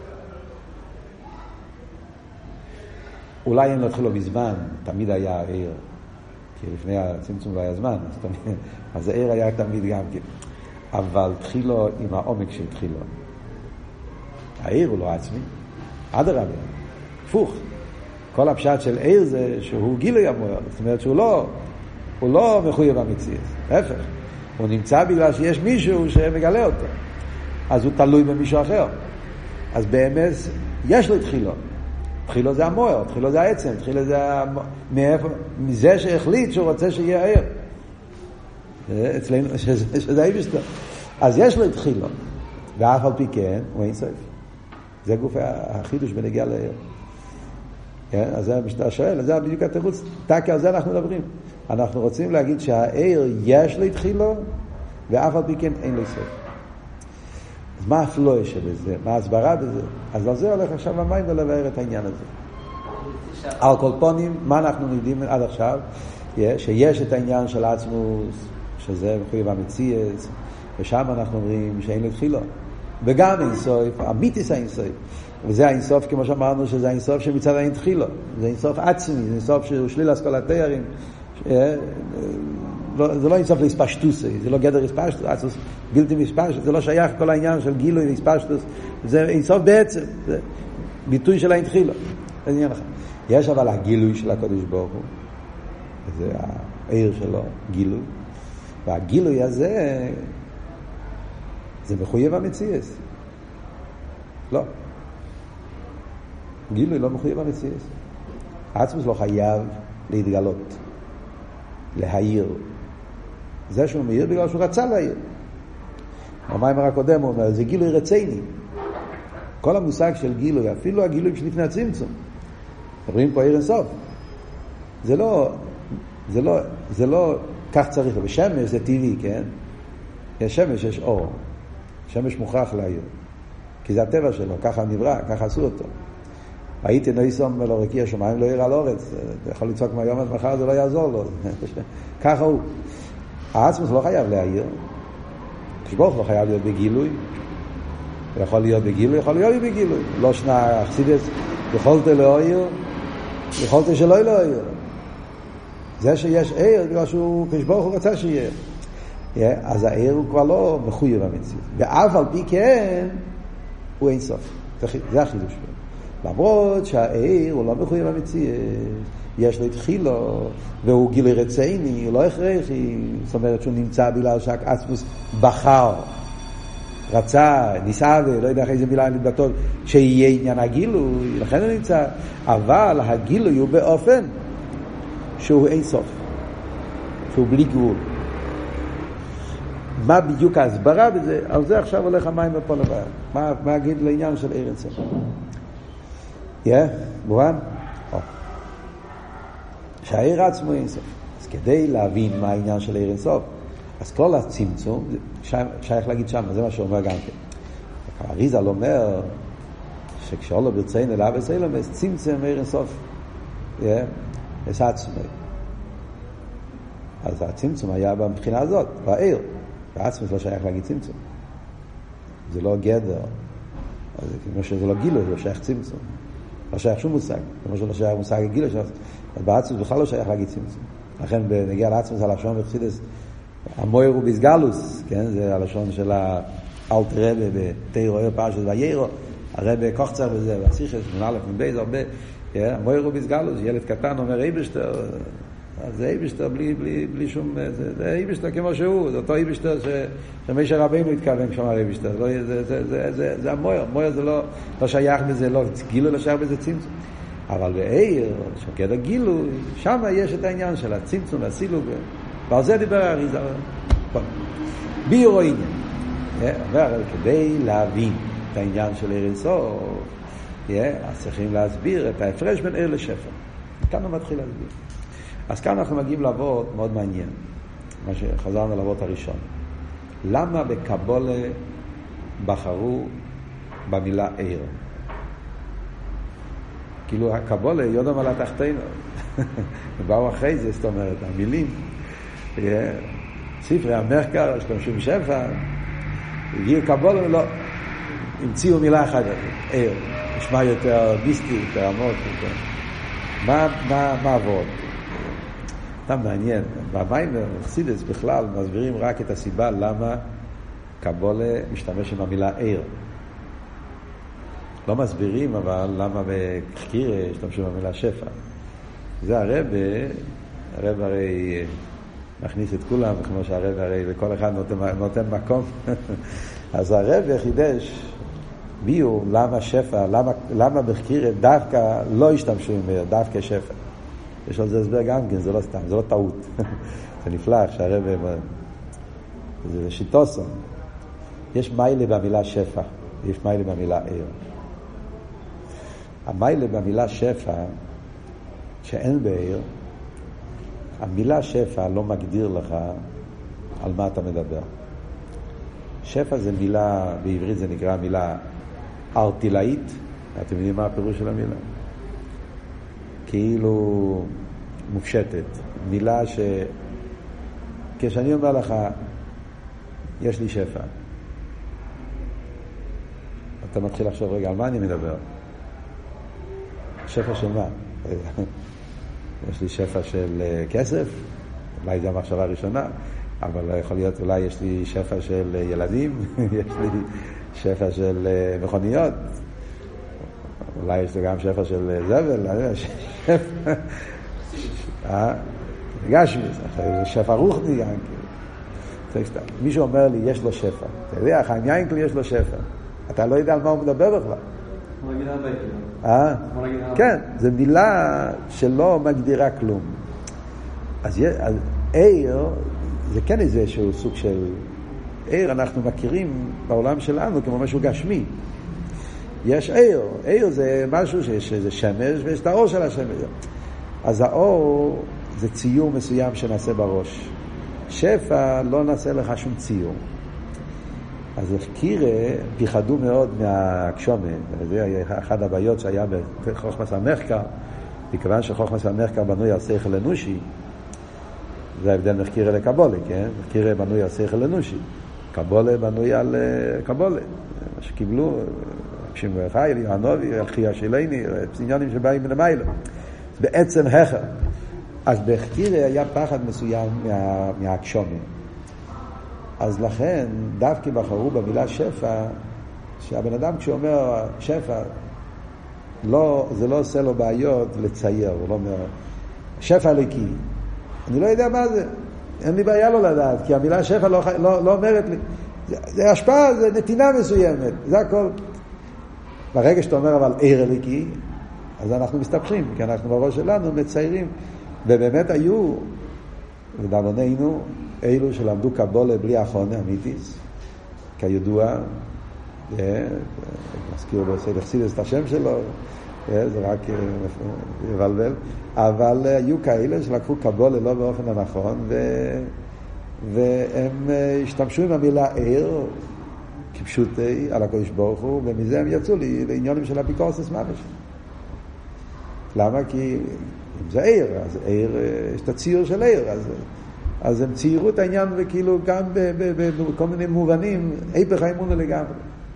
אולי אין לתחילו בזמן, תמיד היה העיר, כי לפני הצמצום לא היה זמן, אז העיר היה תמיד גם כן. אבל תחילו עם העומק של תחילו. העיר הוא לא עצמי, אדרבה, הפוך. כל הפשט של עיר זה שהוא גילוי המוער, זאת אומרת שהוא לא מחויב המציאות, להפך, הוא נמצא בגלל שיש מישהו שמגלה אותו, אז הוא תלוי במישהו אחר. אז באמת יש לו תחילו. תחילו זה המוער, תחילו זה העצם, תחילו זה מזה שהחליט שהוא רוצה שיהיה עיר. אצלנו, שזה איבשתו. אז יש לו תחילו, ואף על פי כן, הוא אין סוף. זה גוף החידוש בנגיע לעיר. כן? אז זה המשנה שואל, זה בדיוק התירוץ, תקי על זה אנחנו מדברים. אנחנו רוצים להגיד שהעיר יש לו תחילו, ואף על פי כן אין לו סוף. אז מה הפלואה שבזה? מה ההסברה בזה? אז על זה הולך עכשיו המים ולבאר את העניין הזה. על כל פונים, מה אנחנו יודעים עד עכשיו? שיש את העניין של עצמוס, שזה מחויב המציאות, ושם אנחנו אומרים שאין לו תחילו. וגם אינסוף, אמיתיס האינסוף. וזה האינסוף, כמו שאמרנו, שזה האינסוף שמצד האין תחילו. זה אינסוף עצמי, זה אינסוף שהוא שליל אסכולת תארים. זה לא אינסוף להספשטוסי, זה לא גדר הספשטוס, בלתי מספשטוס, זה לא שייך כל העניין של גילוי והספשטוס. זה אינסוף בעצם, זה ביטוי של האין תחילו. זה עניין אחר. יש אבל הגילוי של הקדוש ברוך הוא, זה העיר שלו, גילוי. והגילוי הזה, זה מחויב המציאות. לא. גילוי לא מחויב המציאות. העצמוס לא חייב להתגלות, להעיר. זה שהוא מעיר בגלל שהוא רצה להעיר. במאמר הקודם הוא אומר, זה גילוי רציני. כל המושג של גילוי, אפילו הגילוי שלפני הצמצום, מדברים פה עיר אינסוף. זה לא כך צריך. בשמש זה טבעי, כן? יש שמש, יש אור. שמש מוכרח להעיר. כי זה הטבע שלו, ככה נברא, ככה עשו אותו. הייתי נויסום ולא רקיע שמיים, לא יראה על אורץ. אתה יכול לצעוק מהיום עד מחר, זה לא יעזור לו. ככה הוא. העצמוס לא חייב להעיר. כשבוך לא חייב להיות בגילוי. יכול להיות בגילוי, יכול להיות בגילוי. לא שנה אכסידס, יכולת להעיר, יכולת שלא להעיר. זה שיש עיר, בגלל שהוא, כשבוך הוא רצה שיהיה. אז העיר הוא כבר לא מחויב המציאות. ואף על פי כן, הוא אין סוף. זה החידוש. למרות שהעיר הוא לא מחויב המציאות, יש לו התחילו, והוא גילי רצייני, הוא לא הכרחי, זאת אומרת שהוא נמצא בגלל שהעצמוס בחר, רצה, ניסה, ולא יודע איזה מילה נתבטאות, שיהיה עניין הגילוי, לכן הוא נמצא, אבל הגילוי הוא באופן שהוא אין סוף, שהוא בלי גבול. מה בדיוק ההסברה בזה? על זה עכשיו הולך המים ופה לבעיה. מה אגיד לעניין של עיר אין סוף? מובן? שהעיר עצמו אין סוף. אז כדי להבין מה העניין של עיר אין סוף, אז כל הצמצום, שייך להגיד שם, זה מה שאומר גם כן. הריזל אומר, שכשאולו ברציין אליו אסלם, אז צמצם עיר אין סוף. יש עצמי. אז הצמצום היה מבחינה הזאת, בעיר. העצמי לא שייך להגיד צמצום. זה לא גדר. כמו שזה לא גילו, זה לא שייך צמצום. לא שייך שום מושג. כמו שלא שייך מושג גילו, אז בעצמי בכלל לא שייך להגיד צמצום. לכן בנגיע לעצמי זה הלשון בחסידות המויר הוא בסגלוס, כן? זה הלשון של האלטר רבי בתירו פרשת ויירו, הרבי קוחצר וזה, והשיחס, מנהלך מבייז הרבה, המויר הוא בסגלוס, ילד קטן אומר אייבשטר, אז זה אייבשטר בלי שום, זה אייבשטר כמו שהוא, זה אותו אייבשטר שמשה רבינו התכוון כשאמר אייבשטר, זה המויר, המויר זה לא שייך בזה, לא גילו, לא שייך בזה צמצום. אבל בעיר, שוקד הגילוי, שם יש את העניין של הצמצום והסילוג, ועל זה דיבר האריזה. ביורו עניין. כדי להבין את העניין של עיר אין סוף, אז צריכים להסביר את ההפרש בין עיר לשפע. כאן הוא מתחיל להסביר. אז כאן אנחנו מגיעים לעבוד מאוד מעניין, מה שחזרנו לעבוד הראשון. למה בקבולה בחרו במילה עיר? כאילו הקבולה יודם על התחתינו. באו אחרי זה, זאת אומרת, המילים, ספרי המחקר, השתמשו בשפע, הגיעו קבולה ולא, המציאו מילה אחת, עיר, נשמע יותר ביסטי, יותר עמוק, יותר. מה עבוד? אתה מעניין, במים וחסידס בכלל מסבירים רק את הסיבה למה קבולה משתמש עם המילה עיר. לא מסבירים, אבל למה בחקירה השתמשו במילה שפע. זה הרב הרי מכניס את כולם, כמו שהרב הרי לכל אחד נותן מקום. אז הרב חידש ביור למה שפע, למה בחקירה דווקא לא השתמשו עם דווקא שפע. יש על זה הסבר גם כן, זה לא סתם, זה לא טעות. זה נפלא שהרב, זה שיטוסון. יש מיילה במילה שפע, יש מיילה במילה עיר. המיילה במילה שפע, שאין בעיר, המילה שפע לא מגדיר לך על מה אתה מדבר. שפע זה מילה, בעברית זה נקרא מילה ארטילאית, אתם יודעים מה הפירוש של המילה? כאילו מופשטת. מילה כשאני אומר לך, יש לי שפע. אתה מתחיל לחשוב, רגע, על מה אני מדבר? שפע של מה? יש לי שפע של כסף, אולי זו המחשבה הראשונה, אבל יכול להיות אולי יש לי שפע של ילדים, יש לי שפע של מכוניות, אולי יש לי גם שפע של זבל, שפע, גשמי, זה שפע רוחני גם. מישהו אומר לי, יש לו שפע. אתה יודע, חיים יינקל יש לו שפע. אתה לא יודע על מה הוא מדבר בכלל. כן, זו מילה שלא מגדירה כלום. אז עיר זה כן איזשהו סוג של עיר, אנחנו מכירים בעולם שלנו כמו משהו גשמי. יש עיר, עיר זה משהו שיש איזה שמש ויש את האור של השמש. אז האור זה ציור מסוים שנעשה בראש. שפע לא נעשה לך שום ציור. אז החקירה פיחדו מאוד מהקשומה, וזה היה אחד הבעיות שהיה בחוכמת המחקר, מכיוון שחוכמת המחקר בנוי על שכל אנושי, זה ההבדל מחקירה לקבולה, כן? מחקירה בנוי על שכל אנושי, קבולה בנוי על קבולה, מה שקיבלו, שמואל חיילי, הנובי, הלחייה שלני, עניינים שבאים מן המיילה. בעצם החר. אז בחקירה היה פחד מסוים מהקשומה. אז לכן דווקא בחרו במילה שפע, שהבן אדם כשאומר שפע, זה לא עושה לו בעיות לצייר, הוא לא אומר, שפע אלוקי. אני לא יודע מה זה, אין לי בעיה לא לדעת, כי המילה שפע לא אומרת לי, זה השפעה, זה נתינה מסוימת, זה הכל. ברגע שאתה אומר אבל עיר אלוקי, אז אנחנו מסתבכים, כי אנחנו בראש שלנו מציירים, ובאמת היו, לדאבוננו, אלו שלמדו קבולה בלי אחרונה אמיתיס, כידוע, מזכיר לו לחסידס את השם שלו, זה רק יבלבל, אבל היו כאלה שלקחו קבולה לא באופן הנכון, והם השתמשו עם המילה עיר, כפשוטי על הקדוש ברוך הוא, ומזה הם יצאו לעניונים של אפיקורסוס ממש. למה? כי אם זה עיר, אז עיר, יש את הציור של עיר, אז הם ציירו את העניין וכאילו גם בכל מיני מובנים, היפך האמונה לגמרי.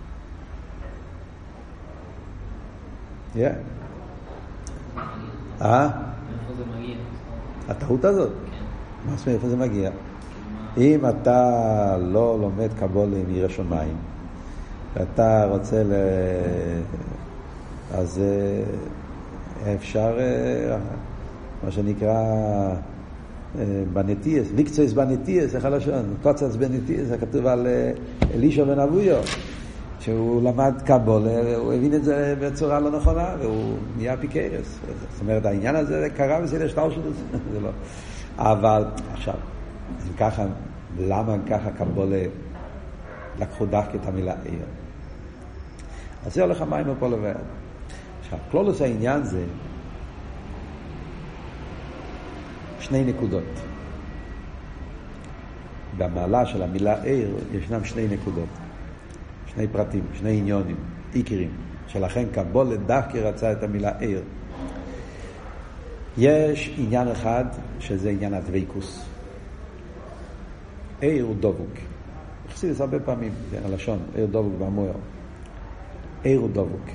מאיפה זה מגיע? הטעות הזאת? מה זאת אומרת, איפה זה מגיע? אם אתה לא לומד קבולה עם ירא שמיים, ואתה רוצה אז אפשר, מה שנקרא בנטיאס, ויקצויס בנטיאס, איך הלשון? קוצץ בנטיאס, כתוב על אלישע בן אבויה, שהוא למד קבולה, הוא הבין את זה בצורה לא נכונה, והוא נהיה פיקרס. זאת אומרת, העניין הזה קרה בסדר שטר של זה לא. אבל, עכשיו, ככה, למה ככה קבולה לקחו דווקא את המילה עיר? אז זה הולך המים פה לבד. עכשיו, כלולוס העניין זה שני נקודות. במעלה של המילה עיר ישנם שני נקודות. שני פרטים, שני עניונים, עיקרים. שלכן קבולה דווקא רצה את המילה עיר. יש עניין אחד שזה עניין הדבקות. עיר הוא דבוק. חסידות הרבה פעמים, זה הלשון, עיר דבוק במויר. עיר הוא דבוק.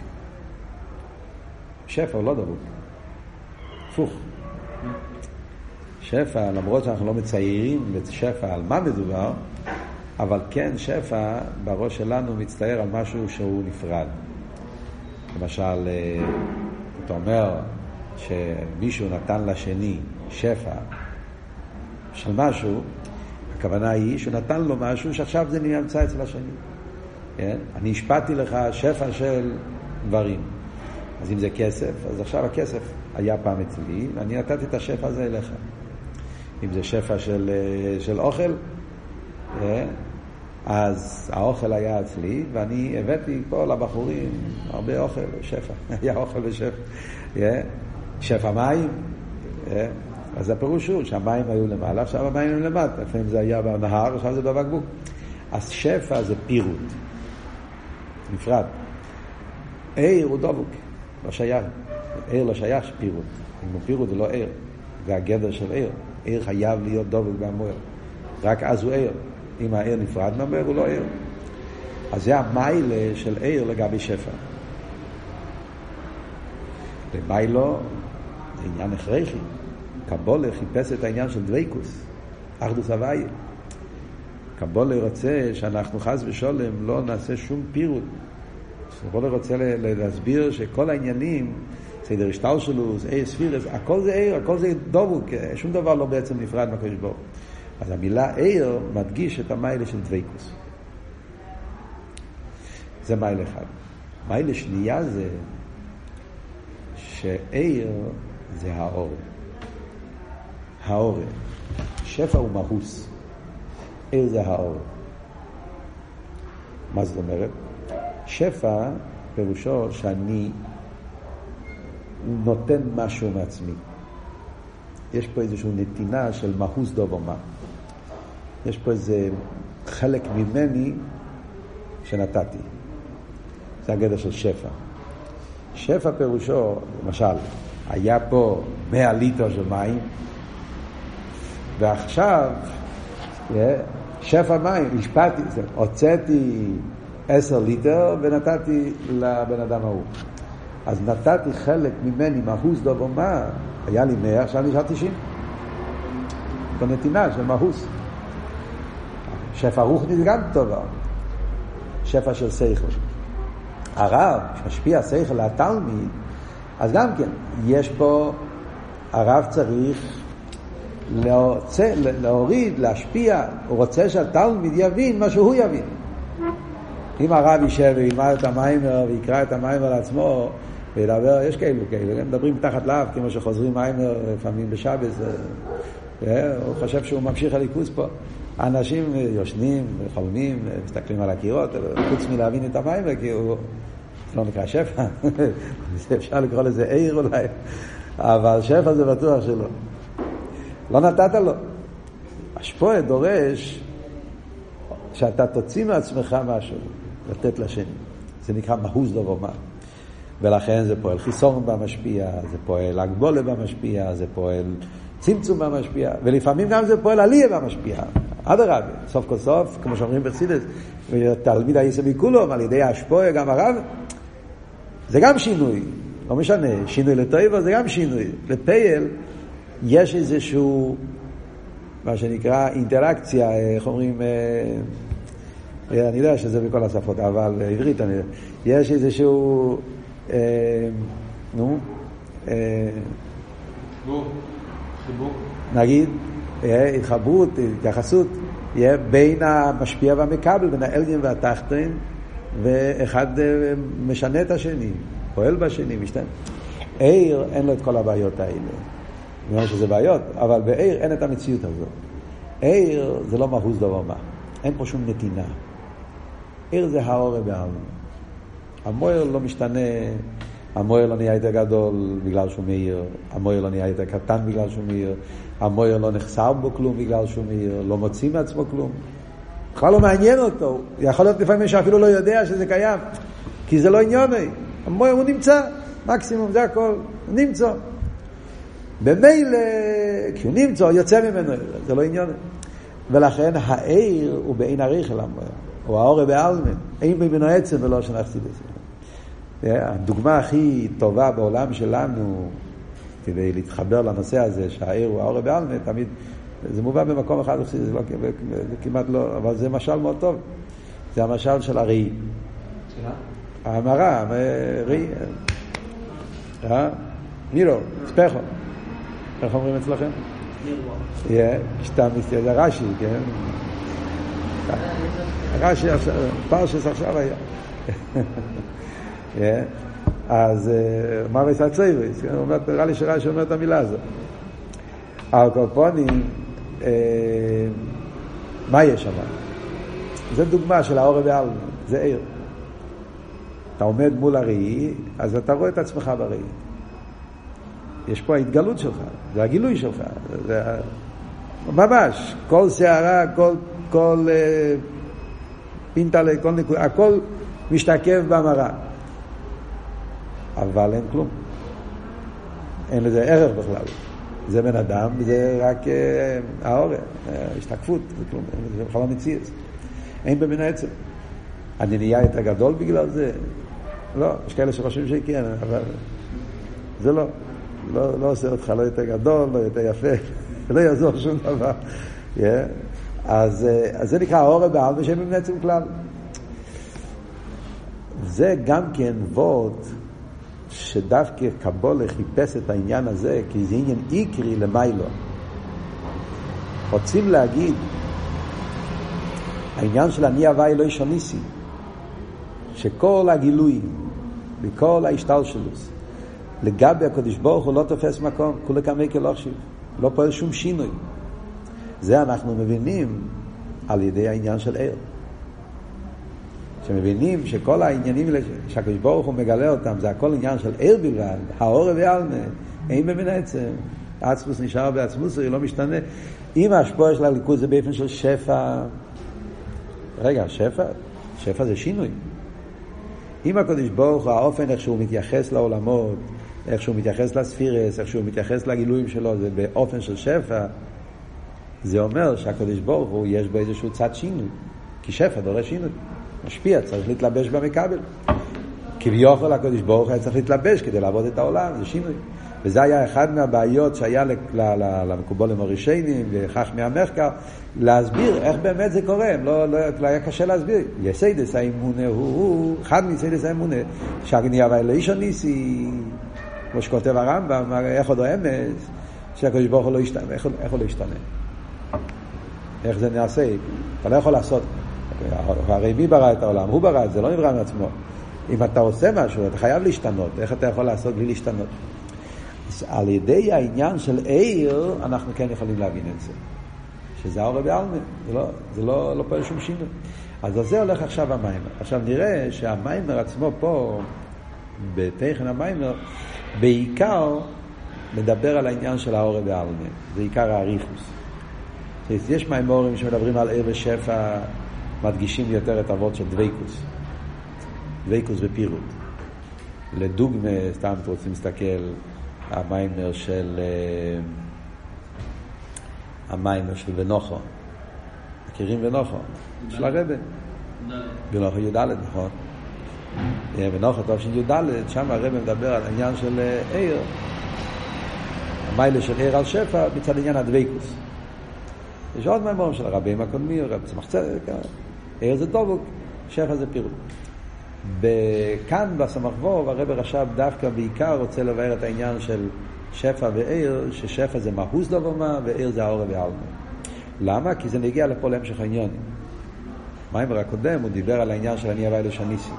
שפע הוא לא דבוק. הפוך. שפע, למרות שאנחנו לא מציירים בשפע על מה מדובר, אבל כן שפע בראש שלנו מצטער על משהו שהוא נפרד. למשל, אתה אומר שמישהו נתן לשני שפע של משהו, הכוונה היא שהוא נתן לו משהו שעכשיו זה נמצא אצל השני. כן? אני השפעתי לך שפע של דברים. אז אם זה כסף, אז עכשיו הכסף היה פעם אצלי, ואני נתתי את השפע הזה אליך. אם זה שפע של אוכל, אז האוכל היה אצלי, ואני הבאתי פה לבחורים הרבה אוכל, שפע. היה אוכל ושפע. שפע מים. אז הפירוש הוא שהמים היו למעלה, עכשיו המים היו למטה. לפעמים זה היה בנהר, עכשיו זה בבקבוק. אז שפע זה פירוט. נפרד. עיר הוא דבוק. לא שייך. עיר לא שייך שפירוט. אם הוא פירוט זה לא עיר. זה הגדר של עיר. עיר חייב להיות דבוק במויר. רק אז הוא עיר. אם העיר נפרד מהמויר הוא לא עיר. אז זה המיילה של עיר לגבי שפע. למיילו זה עניין הכרחי. קבולה חיפש את העניין של דבקות. אחדות הוויה. קבולה רוצה שאנחנו חס ושולם לא נעשה שום פירוט. קבולה רוצה להסביר שכל העניינים, סדר השטר שלו, עיר ספירס, הכל זה עיר, הכל זה דבוק, שום דבר לא בעצם נפרד מהקדוש ברוך הוא. אז המילה עיר מדגיש את המיילה של דבקות. זה מיילה אחד. מיילה שנייה זה שעיר זה האור. האור. שפע הוא מהוס. עיר זה האור. מה זאת אומרת? שפע פירושו שאני נותן משהו מעצמי. יש פה איזושהי נתינה של מהוס דומה. יש פה איזה חלק ממני שנתתי. זה הגדר של שפע. שפע פירושו, למשל, היה פה 100 ליטר של מים, ועכשיו שפע מים, השפעתי, הוצאתי 10 ליטר ונתתי לבן אדם ההוא. אז נתתי חלק ממני מהוס דומה, היה לי 100, עכשיו נשאר 90. בנתינה של מהוס. שפע רוחני זה גם טובה. שפע של שכל. הרב, שמשפיע שכל לתלמיד, אז גם כן, יש פה, הרב צריך להוריד, להשפיע, הוא רוצה שהתלמיד יבין מה שהוא יבין. אם הרב יישב וילמד את המיימר ויקרא את המיימר לעצמו וידבר, יש כאלו, הם מדברים מתחת לאף כמו שחוזרים מיימר לפעמים בשבת, הוא חושב שהוא ממשיך הליכוז פה. האנשים יושנים, חולמים, מסתכלים על הקירות, חוץ מלהבין את המיימר, כי הוא לא נקרא שפע, אפשר לקרוא לזה עיר אולי, אבל שפע זה בטוח שלא. לא נתת לו. השפועה דורש שאתה תוציא מעצמך משהו, לתת לשני. זה נקרא מהוז דבר מה. ולכן זה פועל חיסון במשפיע, זה פועל הגבולה במשפיע, זה פועל צמצום במשפיע, ולפעמים גם זה פועל עלייה במשפיע. עד הרב, סוף כל סוף, כמו שאומרים בחסידות, תלמיד היסוד מכולו, על ידי השפועה, גם הרב, זה גם שינוי. לא משנה, שינוי לטובה זה גם שינוי. לפייל, יש איזשהו, מה שנקרא, אינטראקציה, איך אומרים, אני יודע שזה בכל השפות, אבל עברית אני יודע. יש איזשהו, חיבור. נגיד, התחברות, התייחסות, בין המשפיע והמקבל, בין האלגן והתחתן, ואחד משנה את השני, פועל בשני, משתנה. עיר אין לו את כל הבעיות האלה. אני אומר שזה בעיות, אבל בעיר אין את המציאות הזאת. עיר זה לא מהוז דבר מה. אין פה שום נתינה. עיר זה האור בעלמא. המויר לא משתנה, המויר לא נהיה יותר גדול בגלל שהוא מאיר, המויר לא נהיה יותר קטן בגלל שהוא מאיר, המויר לא נחסר בו כלום בגלל שהוא מאיר, לא מוציא מעצמו כלום. בכלל לא מעניין אותו. יכול להיות לפעמים שאפילו לא יודע שזה קיים, כי זה לא עניוני. המויר הוא נמצא, מקסימום, זה הכל, הוא נמצא. במילא, כי הוא נמצא, יוצא ממנו, זה לא עניוני. ולכן העיר הוא בעין הריך אל המויר, הוא האור בעלמא, אין ממנו עצם ולא שנחסיד את זה. הדוגמה הכי טובה בעולם שלנו, כדי להתחבר לנושא הזה, שהעיר הוא האור בעלמא, תמיד, זה מובא במקום אחד, זה לא, כמעט לא, אבל זה משל מאוד טוב. זה המשל של הראי. המראה, ראי. מירו, ספחו. איך אומרים אצלכם? זה רש"י, כן? רש"י, פרשס עכשיו היה. אז מה רצה צייריס? נראה לי שרש"י אומר את המילה הזאת. הקופונים, מה יש שם? זה דוגמה של האור בעלמא, זה עיר. אתה עומד מול הראי, אז אתה רואה את עצמך בראי. יש פה ההתגלות שלך, זה הגילוי שלך. זה ממש, כל שערה, כל פינטלה, כל נקודה, הכל משתקף במראה. אבל אין כלום. אין לזה ערך בכלל. זה בן אדם, זה רק האור, השתקפות, זה כלום, זה בכלל לא מציאות. אין במין העצם. אני נהיה יותר גדול בגלל זה? לא, יש כאלה שחושבים שכן, אבל זה לא. לא עושה אותך לא יותר גדול, לא יותר יפה, לא יעזור שום דבר. אז זה נקרא האור בעלמא שם עם עצם כלל. זה גם כן ווד שדווקא קבולה חיפש את העניין הזה, כי זה עניין עיקרי למיילו. רוצים להגיד, העניין של אני הווי לא ישוניסי, שכל הגילויים וכל ההשתלשלות לגבי הקדוש ברוך הוא לא תופס מקום, כולה כמי כלוכשיב, לא פועל שום שינוי. זה אנחנו מבינים על ידי העניין של עיר. שמבינים שכל העניינים שהקדוש ברוך הוא מגלה אותם, זה הכל עניין של עיר בלבד, האור בעלמא, אין במין עצם, עצמוס נשאר בעצמוס, היא לא משתנה. אם ההשפעה של הליכוז זה באופן של שפע, רגע, שפע זה שינוי. אם הקדוש ברוך הוא, האופן איך שהוא מתייחס לעולמות, איך שהוא מתייחס לספירס, איך שהוא מתייחס לגילויים שלו, זה באופן של שפע, זה אומר שהקדוש ברוך הוא יש בו איזשהו צד שינוי, כי שפע דורש שינוי, משפיע, צריך להתלבש במקבל. כביכול הקדוש ברוך הוא היה צריך להתלבש כדי לעבוד את העולם, זה שינוי. וזה היה אחד מהבעיות שהיה למקובולים הראשונים וחכמי המחקר, להסביר איך באמת זה קורה. לא היה קשה להסביר. יסיידס האמונה הוא אחד מסיידס האמונה, שהגנייה והאלוהישון ניסי, כמו שכותב הרמב"ם, איך עוד האמס, שהקדוש ברוך הוא לא ישתנה, איך הוא לא ישתנה? איך זה נעשה? אתה לא יכול לעשות, הרי מי ברא את העולם? הוא ברא את זה, לא נברא מעצמו. אם אתה עושה משהו, אתה חייב להשתנות. איך אתה יכול לעשות בלי להשתנות? על ידי העניין של עיר, אנחנו כן יכולים להבין את זה. שזה האור בעלמא, זה לא פועל שום שינוי. אז זה הולך עכשיו המיימר. עכשיו נראה שהמיימר עצמו פה, בתכן המיימר, בעיקר מדבר על העניין של האור בעלמא. זה עיקר האריכוס. יש מיימורים שמדברים על עיר ושפע, מדגישים יותר את הוות של דוויקוס. דוויקוס ופירוט. לדוגמה, סתם אתם רוצים להסתכל, המיימר של ונוחו. מכירים ונוחו? של הרבן. ונוחו י"ד, נכון. ונוחו טוב של י"ד, שם הרבן מדבר על העניין של עיר. המיילה של עיר על שפע, מצד עניין הדוויקוס. יש עוד מיימורים של הרבים הקודמים, רב צמח צדק, עיר זה דבוק, שפע זה פירוט. כאן בסמ"ך וו הרב רש"ב דווקא בעיקר רוצה לבאר את העניין של שפע ועיר, ששפע זה מהוס דבר מה ועיר זה האור בעלמא. למה? כי זה נגיע לפה להמשך העניונים. במיימר הקודם הוא דיבר על העניין של אני הווי איש הניסי.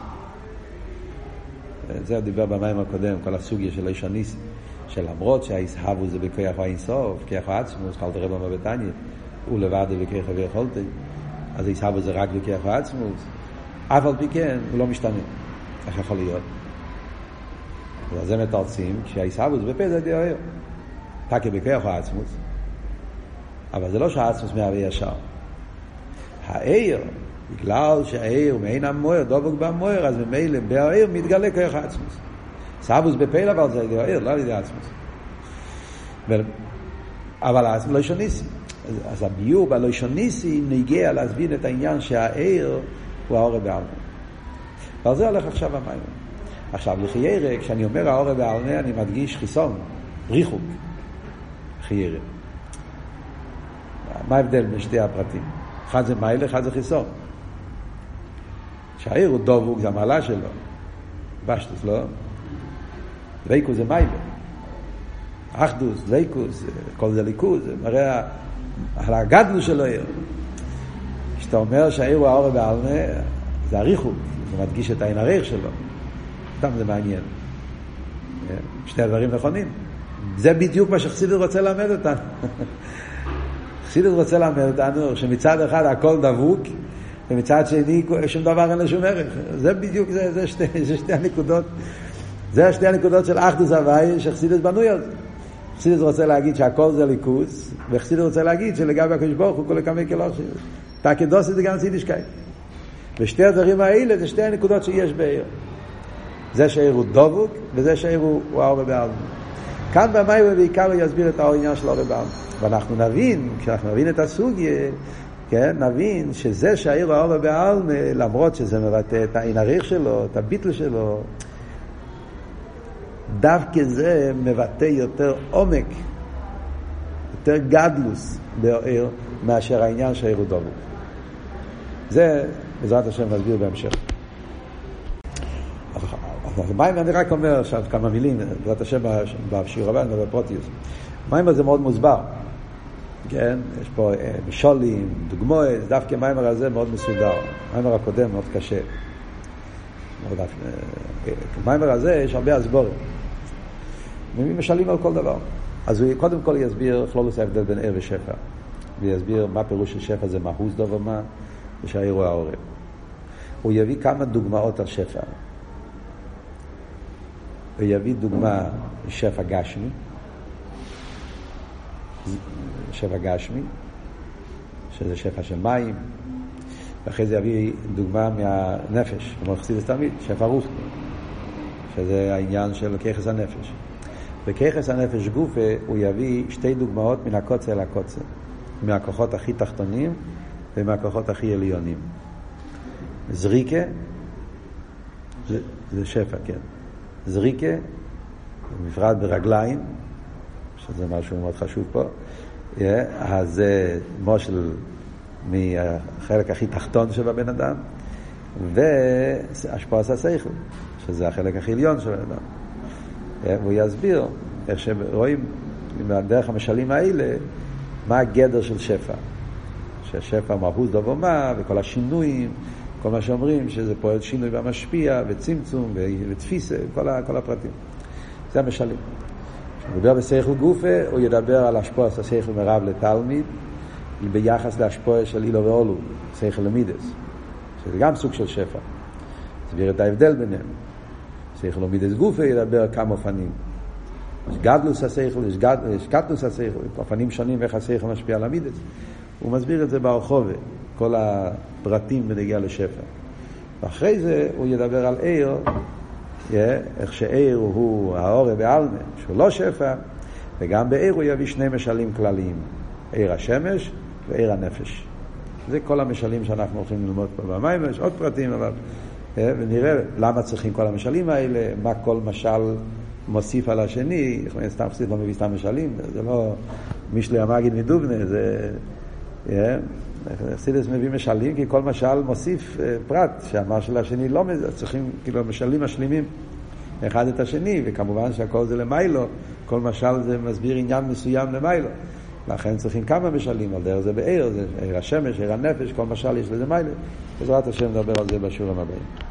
זה הוא דיבר במיימר הקודם, כל הסוגיה של איש הניסי, שלמרות שהישהבו זה בכוח האינסוף, כוח העצמוס, חלת רבא מבטניה, הוא לבד בכוח ויכולתי, אז הישהבו זה רק בכוח העצמוס, אף על פי כן הוא לא משתנה. איך יכול להיות? אז זה מתרצים שהישהבוס בפה זה די אוהר. תקי בכוח העצמוס. אבל זה לא שהעצמוס מהווה ישר. העיר, בגלל שהעיר הוא מעין המויר, דבוק במויר, אז ממילא בעיר מתגלה כוח העצמוס. סבוס בפה אבל זה די אוהר, לא על ידי העצמוס. אבל העצמוס לא ישוניסי. אז הביור בלא ישוניסי נגיע להסבין את העניין שהעיר הוא האור בעלמא. ועל זה הולך עכשיו המיימר. עכשיו, לחיירה, כשאני אומר האור בעלמא, אני מדגיש חיסון, ריחוק. חיירה. מה ההבדל בין שתי הפרטים? אחד זה מיילה, אחד זה חיסון. שהעיר הוא דבוק, זה המעלה שלו. בשטוס, לא? דוויקוס זה מיילה. אחדוס, דוויקוס, כל זה ליכוז, זה מראה על הגדלוס שלו עיר. כשאתה אומר שהעיר הוא האור בעלמא, זה הריחוק, זה מדגיש את העין הריח שלו. סתם זה מעניין. שתי הדברים נכונים. זה בדיוק מה שחסידות רוצה ללמד אותנו. חסידות רוצה ללמד אותנו שמצד אחד הכל דבוק, ומצד שני שום דבר אין לו שום ערך. זה בדיוק, זה שתי הנקודות. זה שתי הנקודות של אחדוס הוואי שחסידות בנוי על זה. חסידות רוצה להגיד שהכל זה ליכוס, וחסידות רוצה להגיד שלגבי הקדוש ברוך הוא כל הקמי כלושים. תקדוס זה גם סידישקאי. ושתי הדברים האלה זה שתי הנקודות שיש בעיר. זה שהעיר הוא דבוק, וזה שהעיר הוא האור בעלמא. כאן במיימר בעיקר הוא יסביר את העניין של האור בעלמא. ואנחנו נבין, כשאנחנו נבין את הסוגיה, כן, נבין שזה שהעיר הוא האור בעלמא, למרות שזה מבטא את העין הריח שלו, את הביטל שלו, דווקא זה מבטא יותר עומק, יותר גדלוס בעיר, מאשר העניין שהעיר הוא דבוק. זה בעזרת השם נסביר בהמשך. אז מיימר, אני רק אומר עכשיו כמה מילים, בעזרת השם בשיעור הבא, בפרוטיוס. מיימר זה מאוד מוסבר. כן? יש פה משולים, דוגמאות, דווקא מיימר הזה מאוד מסודר. מיימר הקודם מאוד קשה. מיימר הזה יש הרבה הסבורים. משלים על כל דבר. אז הוא קודם כל יסביר כלולוס ההבדל בין עיר ושפע. ויסביר מה פירוש של שפע זה מהוס דבר מה, ושהעיר הוא האור. הוא יביא כמה דוגמאות על שפע. הוא יביא דוגמה שפע גשמי. שפע גשמי, שזה שפע של מים. ואחרי זה יביא דוגמה מהנפש, כמו חסידות תמיד, שפע רוחני, שזה העניין של כיחס הנפש. בכיחס הנפש גופה הוא יביא שתי דוגמאות מן הקוצר אל הקוצר, מהכוחות הכי תחתונים ומהכוחות הכי עליונים. זריקה זה שפע, כן. זריקה, בפרט ברגליים, שזה משהו מאוד חשוב פה, אז זה מושל מהחלק הכי תחתון של הבן אדם, והשפעת השכל, שזה החלק הכי עליון של הבן אדם. והוא יסביר איך שרואים דרך המשלים האלה מה הגדר של שפע. ששפע מהות דוב ומה, וכל השינויים, כל מה שאומרים שזה פועל שינוי במשפיע וצמצום ותפיסה, כל הפרטים. זה המשלים. כשהוא מדבר בשכל גופה, הוא ידבר על השפוע של השכל מרב לתלמיד, ביחס להשפוע של אילו ואולו, שכל למידס, שזה גם סוג של שפע. תסביר את ההבדל ביניהם. שכל למידס גופה ידבר כמה אופנים. יש גדלוס השכל, יש קטנוס השכל, אופנים שונים איך השכל משפיע על המידס. הוא מסביר את זה ברחובה, כל הפרטים בנגיע לשפע. ואחרי זה הוא ידבר על עיר, איך שעיר הוא האור בעלמה, שהוא לא שפע, וגם בעיר הוא יביא שני משלים כלליים, עיר השמש ועיר הנפש. זה כל המשלים שאנחנו הולכים ללמוד פה במים, יש עוד פרטים, אבל ונראה למה צריכים כל המשלים האלה, מה כל משל מוסיף על השני. סתם חסיד לא מביא סתם משלים, זה לא משלי המגיד מדובנה, זה חסידס מביא משלים, כי כל משל מוסיף פרט שהמשל השני לא צריכים, כאילו משלים משלימים אחד את השני, וכמובן שהכל זה למיילו, כל משל זה מסביר עניין מסוים למיילו, לכן צריכים כמה משלים על דרך זה בעיר, זה עיר השמש, עיר הנפש, כל משל יש לזה מיילו. בעזרת השם נדבר על זה בשיעורים הבאים.